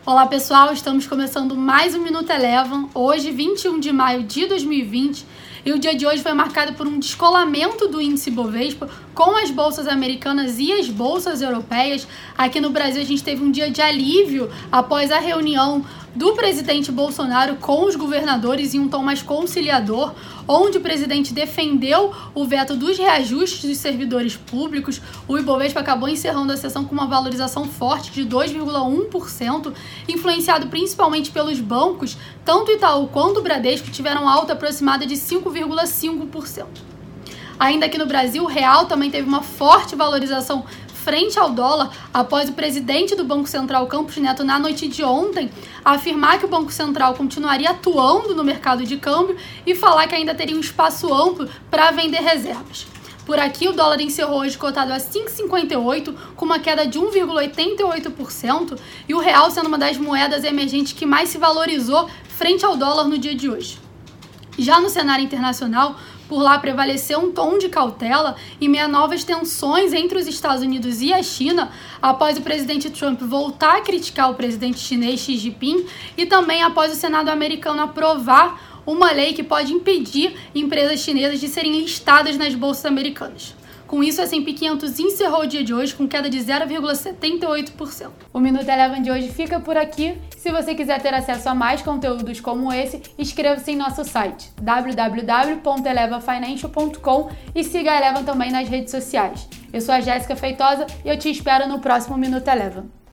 Olá pessoal, estamos começando mais um Minuto Eleven, hoje 21 de maio de 2020, e o dia de hoje foi marcado por um descolamento do índice Bovespa com as bolsas americanas e as bolsas europeias. Aqui no Brasil a gente teve um dia de alívio após a reunião do presidente Bolsonaro com os governadores em um tom mais conciliador, onde o presidente defendeu o veto dos reajustes dos servidores públicos. O Ibovespa acabou encerrando a sessão com uma valorização forte de 2,1%, influenciado principalmente pelos bancos. Tanto o Itaú quanto o Bradesco tiveram alta aproximada de 5,5%. Ainda aqui no Brasil, o real também teve uma forte valorização frente ao dólar, após o presidente do Banco Central, Campos Neto, na noite de ontem, afirmar que o Banco Central continuaria atuando no mercado de câmbio e falar que ainda teria um espaço amplo para vender reservas. Por aqui, o dólar encerrou hoje cotado a 5,58, com uma queda de 1,88%, e o real sendo uma das moedas emergentes que mais se valorizou frente ao dólar no dia de hoje. Já no cenário internacional, por lá prevaleceu um tom de cautela em meio a novas tensões entre os Estados Unidos e a China, após o presidente Trump voltar a criticar o presidente chinês Xi Jinping e também após o Senado americano aprovar uma lei que pode impedir empresas chinesas de serem listadas nas bolsas americanas. Com isso, o S&P 500 encerrou o dia de hoje com queda de 0,78%. O Minuto Eleven de hoje fica por aqui. Se você quiser ter acesso a mais conteúdos como esse, inscreva-se em nosso site www.elevafinancial.com e siga a Eleven também nas redes sociais. Eu sou a Jéssica Feitosa e eu te espero no próximo Minuto Eleven.